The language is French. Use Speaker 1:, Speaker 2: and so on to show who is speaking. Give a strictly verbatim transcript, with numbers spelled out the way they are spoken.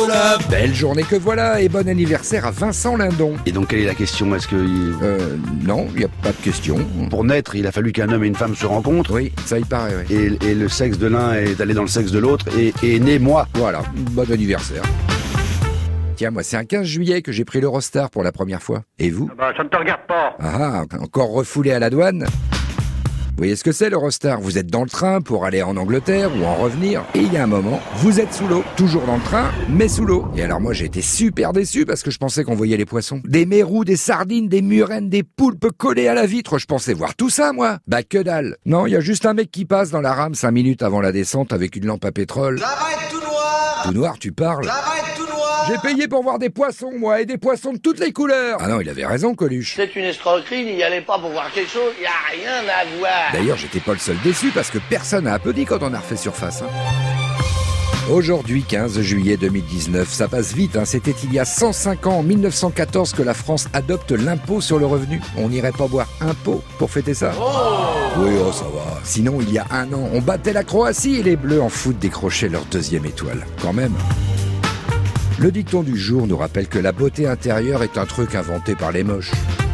Speaker 1: la...
Speaker 2: Belle journée que voilà, et bon anniversaire à Vincent Lindon.
Speaker 3: Et donc quelle est la question? Est-ce que il-
Speaker 2: Euh, non, il n'y a pas de question.
Speaker 3: pour naître, il a fallu qu'un homme et une femme se rencontrent,
Speaker 2: Oui, ça y paraît, oui.
Speaker 3: et, et le sexe de l'un est allé dans le sexe de l'autre, et, et est né moi.
Speaker 2: Voilà, bon anniversaire. Tiens, moi, c'est un quinze juillet que j'ai pris l'Eurostar pour la première fois. Et vous?
Speaker 4: Bah, ça ne te regarde pas.
Speaker 2: Ah, encore refoulé à la douane? Vous voyez ce que c'est l'Eurostar? Vous êtes dans le train pour aller en Angleterre ou en revenir, et il y a un moment, vous êtes sous l'eau. Toujours dans le train, mais sous l'eau. Et alors moi j'ai été super déçu parce que je pensais qu'on voyait les poissons. Des mérous, des sardines, des murènes, des poulpes collés à la vitre. Je pensais voir tout ça, moi. Bah que dalle. Non, il y a juste un mec qui passe dans la rame cinq minutes avant la descente avec une lampe à pétrole.
Speaker 1: Ça va être tout noir.
Speaker 2: Tout noir, tu parles?
Speaker 1: Ça va être tout noir.
Speaker 2: J'ai payé pour voir des poissons, moi, et des poissons de toutes les couleurs. Ah non, il avait raison, Coluche.
Speaker 5: C'est une escroquerie, n'y allez pas pour voir quelque chose, y a rien à voir.
Speaker 2: D'ailleurs, j'étais pas le seul déçu parce que personne n'a applaudi quand on a refait surface. Hein. Aujourd'hui, quinze juillet deux mille dix-neuf, ça passe vite, hein. C'était il y a cent cinq ans, en mille neuf cent quatorze, que la France adopte l'impôt sur le revenu. On n'irait pas boire un pot pour fêter ça? Oui, oh, ça va. Sinon, il y a un an, on battait la Croatie et les Bleus en foot décrochaient leur deuxième étoile. Quand même. Le dicton du jour nous rappelle que la beauté intérieure est un truc inventé par les moches.